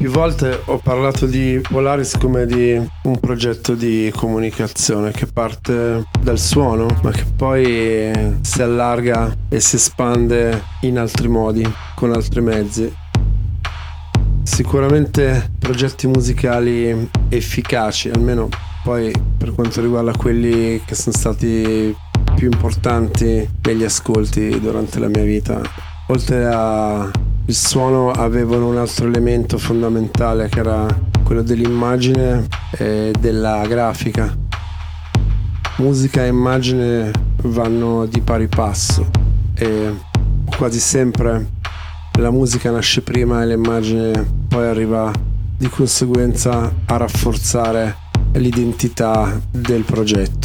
Più volte ho parlato di Polaris come di un progetto di comunicazione che parte dal suono, ma che poi si allarga e si espande in altri modi, con altri mezzi. Sicuramente progetti musicali efficaci, almeno poi per quanto riguarda quelli che sono stati più importanti negli ascolti durante la mia vita. Oltre al suono avevano un altro elemento fondamentale che era quello dell'immagine e della grafica. Musica e immagine vanno di pari passo e quasi sempre la musica nasce prima e l'immagine poi arriva di conseguenza a rafforzare l'identità del progetto.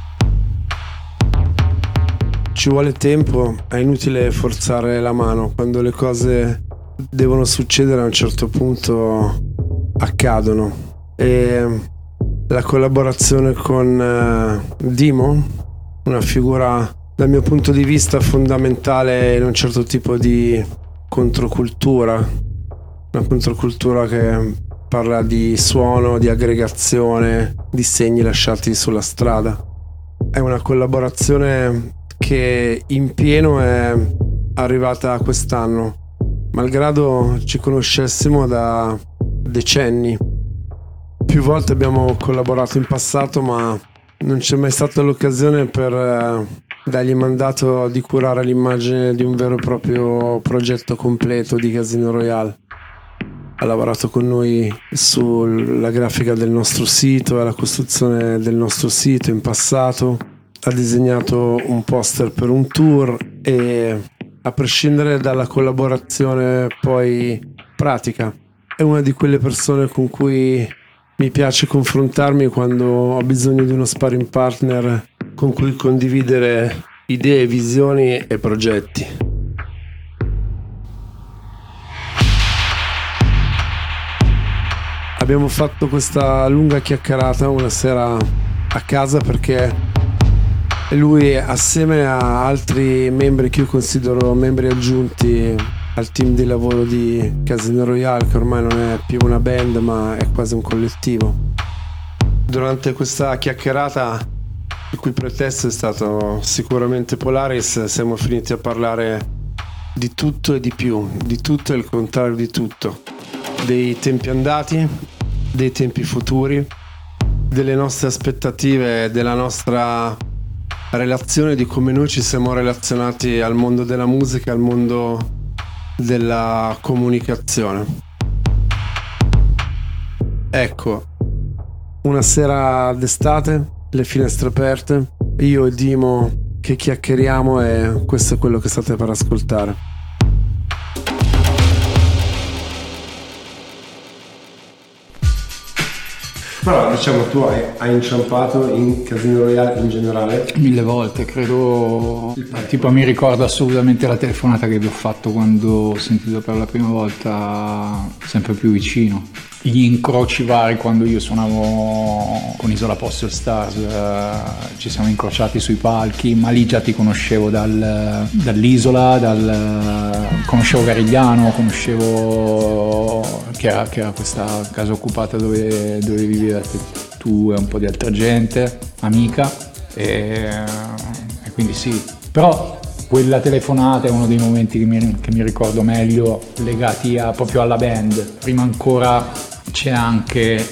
Ci vuole tempo, è inutile forzare la mano, quando le cose devono succedere a un certo punto accadono. E la collaborazione con Dimo, una figura dal mio punto di vista fondamentale in un certo tipo di controcultura, una controcultura che parla di suono, di aggregazione, di segni lasciati sulla strada. È una collaborazione che in pieno è arrivata quest'anno, malgrado ci conoscessimo da decenni. Più volte abbiamo collaborato in passato, ma non c'è mai stata l'occasione per dargli mandato di curare l'immagine di un vero e proprio progetto completo di Casino Royale. Ha lavorato con noi sulla grafica del nostro sito e la costruzione del nostro sito in passato. Ha disegnato un poster per un tour e, a prescindere dalla collaborazione poi pratica, è una di quelle persone con cui mi piace confrontarmi quando ho bisogno di uno sparring partner con cui condividere idee, visioni e progetti. Abbiamo fatto questa lunga chiacchierata una sera a casa perché lui, assieme a altri membri che io considero membri aggiunti al team di lavoro di Casino Royale, che ormai non è più una band ma è quasi un collettivo, durante questa chiacchierata, il cui pretesto è stato sicuramente Polaris, siamo finiti a parlare di tutto e di più, di tutto e il contrario di tutto, dei tempi andati, dei tempi futuri, delle nostre aspettative, della nostra relazione, di come noi ci siamo relazionati al mondo della musica, al mondo della comunicazione. Ecco, una sera d'estate, le finestre aperte, io e Dimo che chiacchieriamo e questo è quello che state per ascoltare. Però diciamo tu hai inciampato in Casino Royale in generale? 1000 volte, credo. Tipo mi ricordo assolutamente la telefonata che vi ho fatto quando ho sentito per la prima volta Sempre più vicino. Gli incroci vari quando io suonavo con Isola Postal Stars, ci siamo incrociati sui palchi, ma lì già ti conoscevo dall'isola, conoscevo Garigliano, conoscevo che era questa casa occupata dove vivevate tu e un po' di altra gente, amica, e quindi sì. Però quella telefonata è uno dei momenti che mi ricordo meglio, legati proprio alla band. Prima ancora c'è anche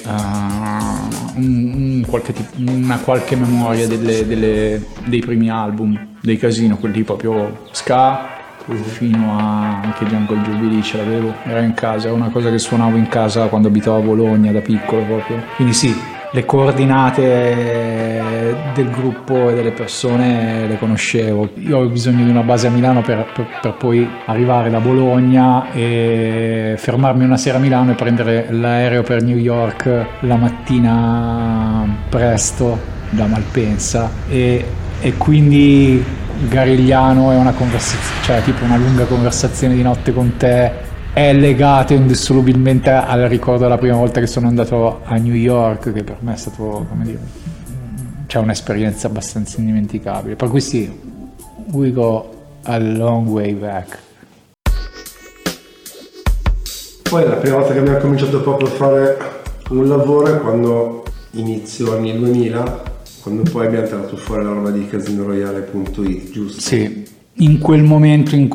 una qualche memoria dei primi album dei Casino, quelli proprio ska, fino a anche Jungle Jubilee ce l'avevo, era in casa, era una cosa che suonavo in casa quando abitavo a Bologna da piccolo proprio. Quindi sì, le coordinate del gruppo e delle persone le conoscevo. Io avevo bisogno di una base a Milano per poi arrivare da Bologna e fermarmi una sera a Milano e prendere l'aereo per New York la mattina presto da Malpensa e quindi Garigliano è una conversazione, cioè tipo una lunga conversazione di notte con te, è legato indissolubilmente al ricordo della prima volta che sono andato a New York, che per me è stato, come dire, cioè un'esperienza abbastanza indimenticabile. Per cui sì, we go a long way back. Poi la prima volta che abbiamo cominciato proprio a fare un lavoro è quando inizio anni 2000, quando poi abbiamo tirato fuori la roba di casinoroyale.it, giusto? Sì, in quel momento in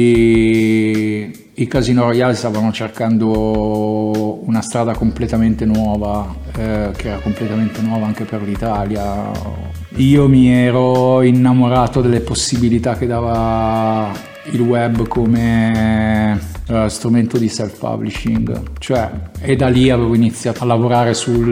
cui i Casino Royale stavano cercando una strada completamente nuova, che era completamente nuova anche per l'Italia. Io mi ero innamorato delle possibilità che dava il web come strumento di self-publishing, cioè, e da lì avevo iniziato a lavorare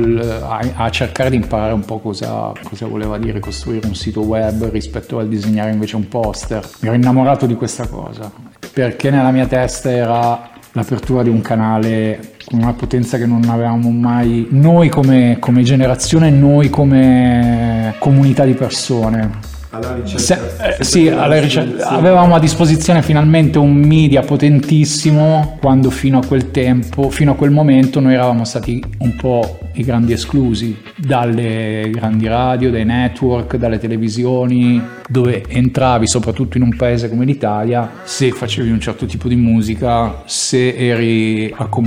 a cercare di imparare un po' cosa voleva dire costruire un sito web rispetto al disegnare invece un poster. Mi ero innamorato di questa cosa perché nella mia testa era l'apertura di un canale con una potenza che non avevamo mai noi come generazione, noi come comunità di persone. Alla ricerca, sì, alla ricerca. Avevamo a disposizione finalmente un media potentissimo, quando fino a quel momento noi eravamo stati un po' i grandi esclusi dalle grandi radio, dai network, dalle televisioni, dove entravi soprattutto in un paese come l'Italia se facevi un certo tipo di musica, se eri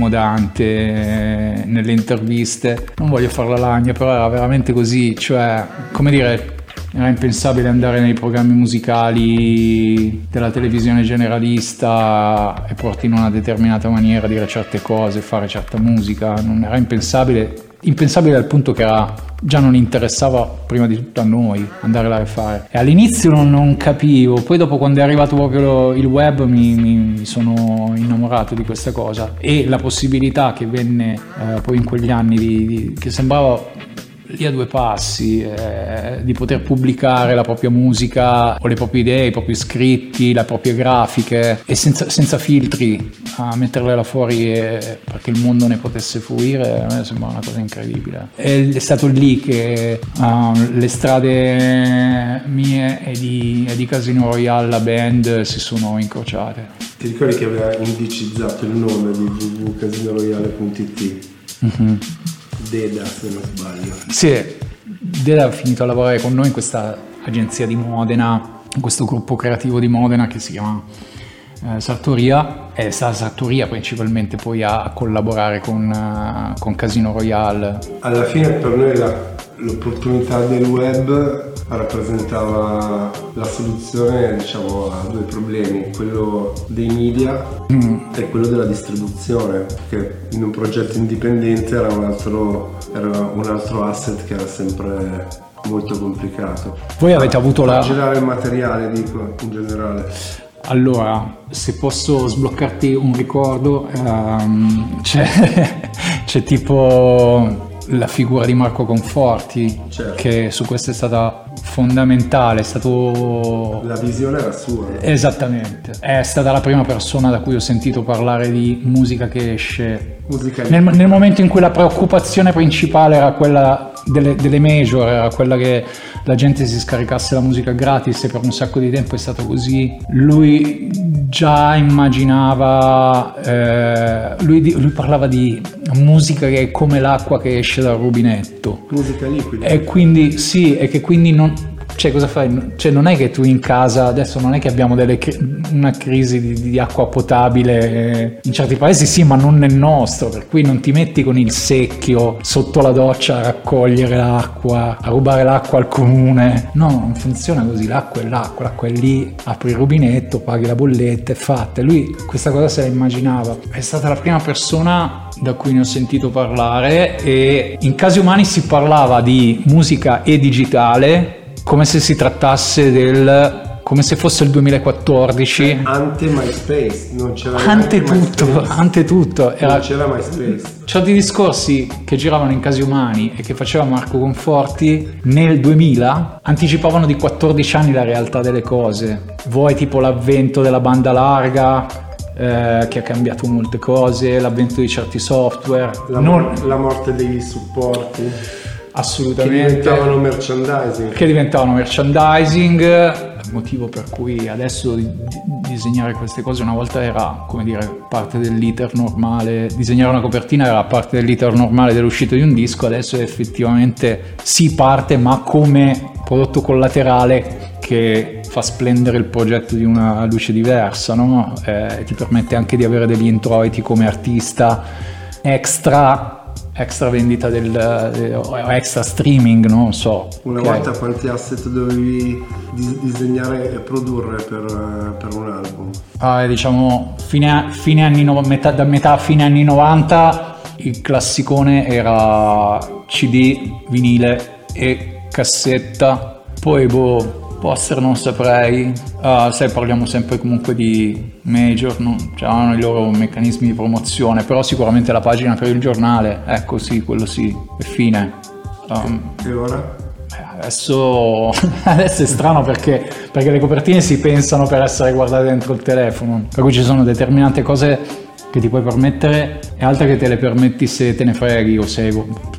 accomodante nelle interviste. Non voglio far la lagna, però era veramente così, cioè, come dire, era impensabile andare nei programmi musicali della televisione generalista e porti in una determinata maniera, dire certe cose, fare certa musica. Non era impensabile al punto che già non interessava prima di tutto a noi andare là a fare. E all'inizio non capivo, poi dopo, quando è arrivato proprio il web, mi sono innamorato di questa cosa, e la possibilità che venne poi in quegli anni che sembrava lì a due passi, di poter pubblicare la propria musica o le proprie idee, i propri scritti, le proprie grafiche, e senza filtri, a metterle là fuori perché il mondo ne potesse fruire. A me sembra una cosa incredibile. È stato lì che le strade mie e di Casino Royale, la band, si sono incrociate. Ti ricordi che aveva indicizzato il nome di www.casinoroyale.it? Mm-hmm. Deda, se non sbaglio. Sì, Deda ha finito a lavorare con noi in questa agenzia di Modena, in questo gruppo creativo di Modena che si chiama Sartoria. È stata Sartoria principalmente poi a collaborare con Casino Royale. Alla fine per noi l'opportunità del web rappresentava la soluzione, diciamo, a due problemi: quello dei media e quello della distribuzione, che in un progetto indipendente era un altro asset che era sempre molto complicato. Voi avete avuto girare il materiale, dico, in generale. Allora, se posso sbloccarti un ricordo, c'è tipo la figura di Marco Conforti, certo, che su questo è stata fondamentale. È stato... La visione era sua, no? Esattamente, è stata la prima persona da cui ho sentito parlare di musica che esce nel momento in cui la preoccupazione principale era quella delle major, era quella che la gente si scaricasse la musica gratis, e per un sacco di tempo è stato così. Lui già immaginava, lui parlava di musica che è come l'acqua che esce dal rubinetto, musica liquida, e quindi sì, e che quindi non, cioè, cosa fai? Cioè, non è che tu in casa adesso, non è che abbiamo una crisi di acqua potabile in certi paesi, sì, ma non nel nostro, per cui non ti metti con il secchio sotto la doccia a raccogliere l'acqua, a rubare l'acqua al comune. No, non funziona così. L'acqua è lì, apri il rubinetto, paghi la bolletta, è fatta. Lui questa cosa se la immaginava. È stata la prima persona da cui ne ho sentito parlare, e in Casi Umani si parlava di musica e digitale come se si trattasse come se fosse il 2014. Ante MySpace, non c'era ante tutto. Non c'era MySpace. Certi discorsi che giravano in Casi Umani e che faceva Marco Conforti nel 2000 anticipavano di 14 anni la realtà delle cose. Vuoi tipo l'avvento della banda larga, che ha cambiato molte cose, l'avvento di certi software, la morte degli supporti. Assolutamente. Che diventavano merchandising, motivo per cui adesso disegnare queste cose una volta era, come dire, parte dell'iter normale. Disegnare una copertina era parte dell'iter normale dell'uscita di un disco, adesso effettivamente si parte, ma come prodotto collaterale che fa splendere il progetto di una luce diversa, no? Ti permette anche di avere degli introiti come artista extra vendita extra streaming, non so. Una volta quanti asset dovevi disegnare e produrre per un album? Diciamo da metà a fine anni 90 il classicone era CD, vinile e cassetta, poi poster non saprei, parliamo sempre comunque di major, no? Cioè hanno i loro meccanismi di promozione, però sicuramente la pagina per il giornale, ecco sì, quello sì, e fine. E ora? Adesso è strano perché le copertine si pensano per essere guardate dentro il telefono, per cui ci sono determinate cose che ti puoi permettere e altre che te le permetti se te ne freghi o se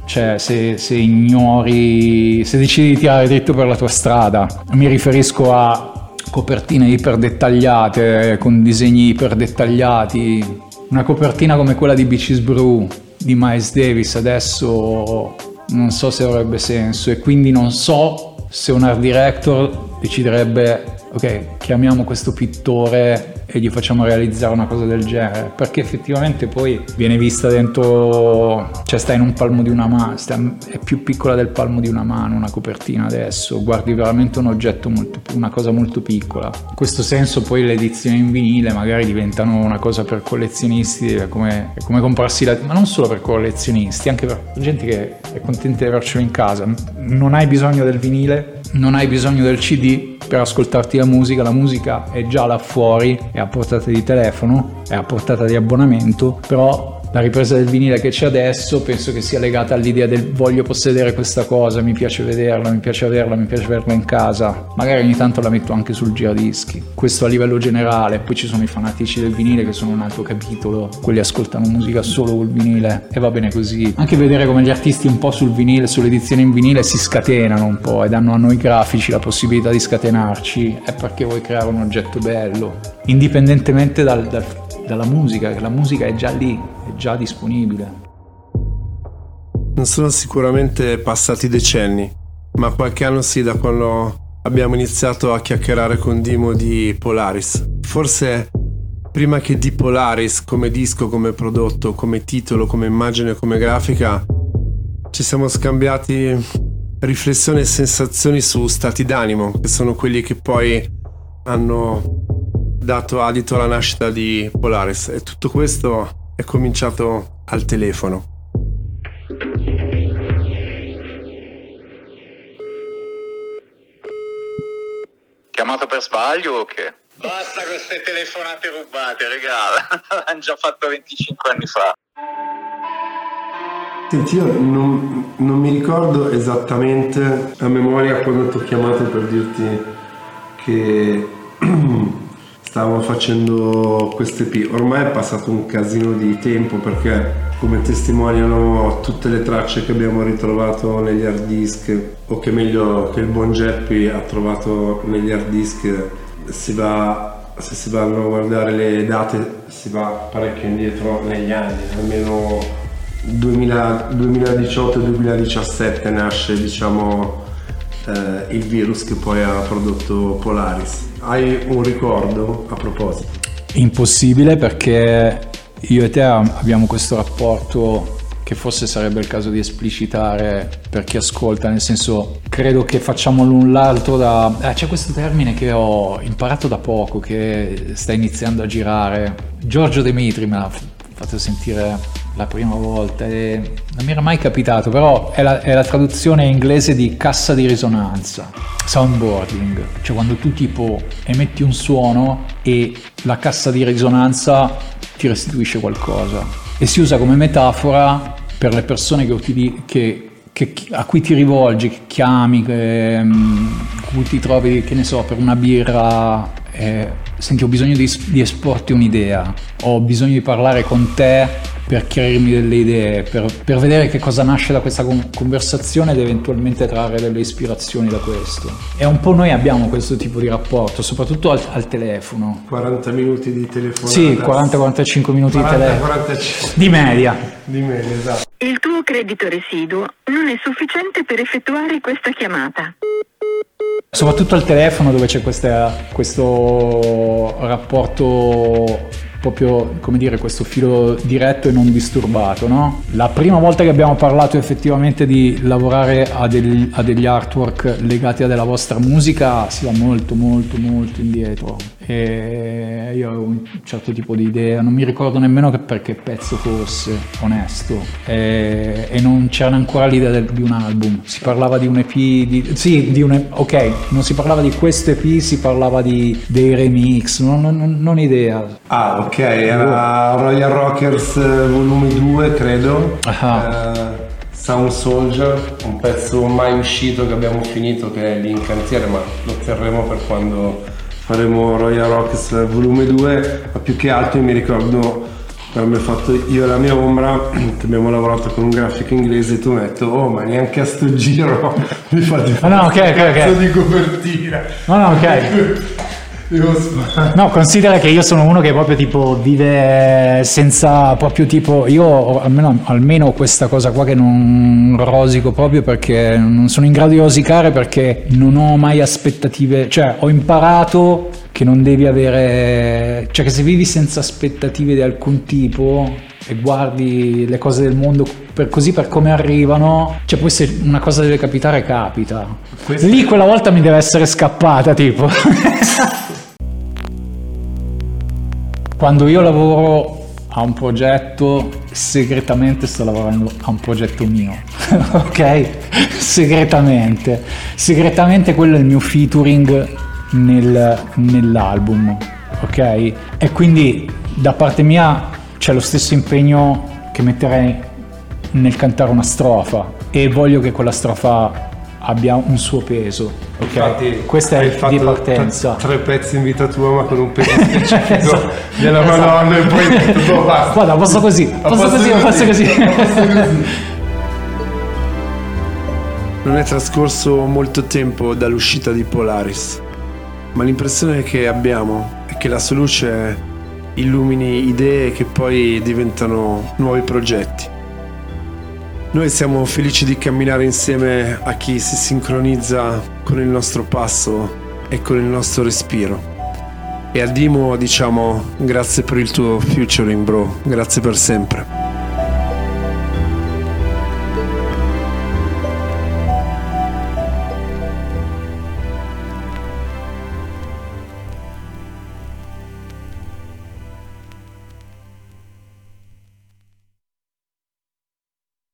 ignori, se decidi di tirare dritto per la tua strada. Mi riferisco a copertine iper dettagliate, con disegni iper dettagliati. Una copertina come quella di Beaches Brew di Miles Davis adesso non so se avrebbe senso, e quindi non so se un art director deciderebbe ok, chiamiamo questo pittore e gli facciamo realizzare una cosa del genere, perché effettivamente poi viene vista dentro, cioè sta in un palmo di una mano, è più piccola del palmo di una mano una copertina adesso, guardi veramente un oggetto una cosa molto piccola. In questo senso poi le edizioni in vinile magari diventano una cosa per collezionisti, è come comprarsi ma non solo per collezionisti, anche per gente che è contenta di avercelo in casa. Non hai bisogno del vinile, non hai bisogno del CD per ascoltarti la musica è già là fuori, è a portata di telefono, è a portata di abbonamento, però la ripresa del vinile che c'è adesso penso che sia legata all'idea del voglio possedere questa cosa, mi piace vederla, mi piace averla in casa, magari ogni tanto la metto anche sul giradischi. Questo a livello generale. Poi ci sono i fanatici del vinile che sono un altro capitolo, quelli ascoltano musica solo col vinile e va bene così. Anche vedere come gli artisti un po' sul vinile, sulle edizioni in vinile si scatenano un po' e danno a noi grafici la possibilità di scatenarci, è perché vuoi creare un oggetto bello, indipendentemente dalla musica, che la musica è già lì, è già disponibile. Non sono sicuramente passati decenni, ma qualche anno sì, da quando abbiamo iniziato a chiacchierare con Dimo di Polaris. Forse prima che di Polaris come disco, come prodotto, come titolo, come immagine, come grafica, ci siamo scambiati riflessioni e sensazioni su stati d'animo, che sono quelli che poi hanno dato adito alla nascita di Polaris, e tutto questo è cominciato al telefono. Chiamato per sbaglio o che? Basta con queste telefonate rubate, regala. L'hanno già fatto 25 anni fa. Senti, io non mi ricordo esattamente a memoria quando ti ho chiamato per dirti che stavamo facendo questo EP. Ormai è passato un casino di tempo, perché come testimoniano tutte le tracce che abbiamo ritrovato negli hard disk, o che meglio che il buon Geppi ha trovato negli hard disk, se si vanno a guardare le date si va parecchio indietro negli anni, almeno 2018-2017 nasce, diciamo, il virus che poi ha prodotto Polaris. Hai un ricordo a proposito? Impossibile, perché io e te abbiamo questo rapporto che forse sarebbe il caso di esplicitare per chi ascolta, nel senso, credo che facciamo l'un l'altro c'è questo termine che ho imparato da poco, che sta iniziando a girare. Giorgio Demetri me l'ha fatto sentire la prima volta e non mi era mai capitato, però è la traduzione inglese di cassa di risonanza, soundboarding, cioè quando tu tipo emetti un suono e la cassa di risonanza ti restituisce qualcosa, e si usa come metafora per le persone a cui ti rivolgi, che chiami, cui ti trovi, che ne so, per una birra, senti, ho bisogno di esporti un'idea, ho bisogno di parlare con te per chiarirmi delle idee, per vedere che cosa nasce da questa conversazione ed eventualmente trarre delle ispirazioni da questo. E un po' noi abbiamo questo tipo di rapporto, soprattutto al telefono. 40 minuti di telefonata. Sì, 40-45 minuti 40, di telefono. 45. Di media. Di media, esatto. Il tuo credito residuo non è sufficiente per effettuare questa chiamata. Soprattutto al telefono, dove c'è questo rapporto proprio, come dire, questo filo diretto e non disturbato, no? La prima volta che abbiamo parlato effettivamente di lavorare a degli artwork legati a della vostra musica si va molto molto molto indietro, e io avevo un certo tipo di idea, non mi ricordo nemmeno perché pezzo fosse, onesto, e non c'era ancora l'idea di un album. Si parlava di un EP, ok, non si parlava di questo EP, si parlava dei remix, non idea. Ah, ok, era Royal Rockers volume 2, credo. Sound Soldier, un pezzo mai uscito che abbiamo finito, che è lì in cantiere, ma lo terremo per quando faremo Royal Rockers volume 2. Ma più che altro mi ricordo quando abbiamo fatto io e la mia ombra, che abbiamo lavorato con un grafico inglese, e tu mi hai detto: oh, ma neanche a sto giro mi fate fare un pezzo di copertina. No, considera che io sono uno che proprio tipo vive senza proprio tipo, io almeno questa cosa qua che non rosico proprio, perché non sono in grado di rosicare, perché non ho mai aspettative, cioè ho imparato che non devi avere, cioè che se vivi senza aspettative di alcun tipo e guardi le cose del mondo per come arrivano, cioè poi se una cosa deve capitare, capita. Lì quella volta mi deve essere scappata tipo. Quando io lavoro a un progetto, segretamente sto lavorando a un progetto mio, ok? Segretamente quello è il mio featuring nell'album, ok? E quindi da parte mia c'è lo stesso impegno che metterei nel cantare una strofa, e voglio che quella strofa abbia un suo peso, ok? Infatti, questa è il di partenza. 3 pezzi in vita tua, ma con un peso specifico della Madonna, e poi tutto basta. Guarda, posso così. Non è trascorso molto tempo dall'uscita di Polaris, ma l'impressione che abbiamo è che la sua luce illumini idee che poi diventano nuovi progetti. Noi siamo felici di camminare insieme a chi si sincronizza con il nostro passo e con il nostro respiro. E a Dimo diciamo: grazie per il tuo featuring, bro, grazie per sempre.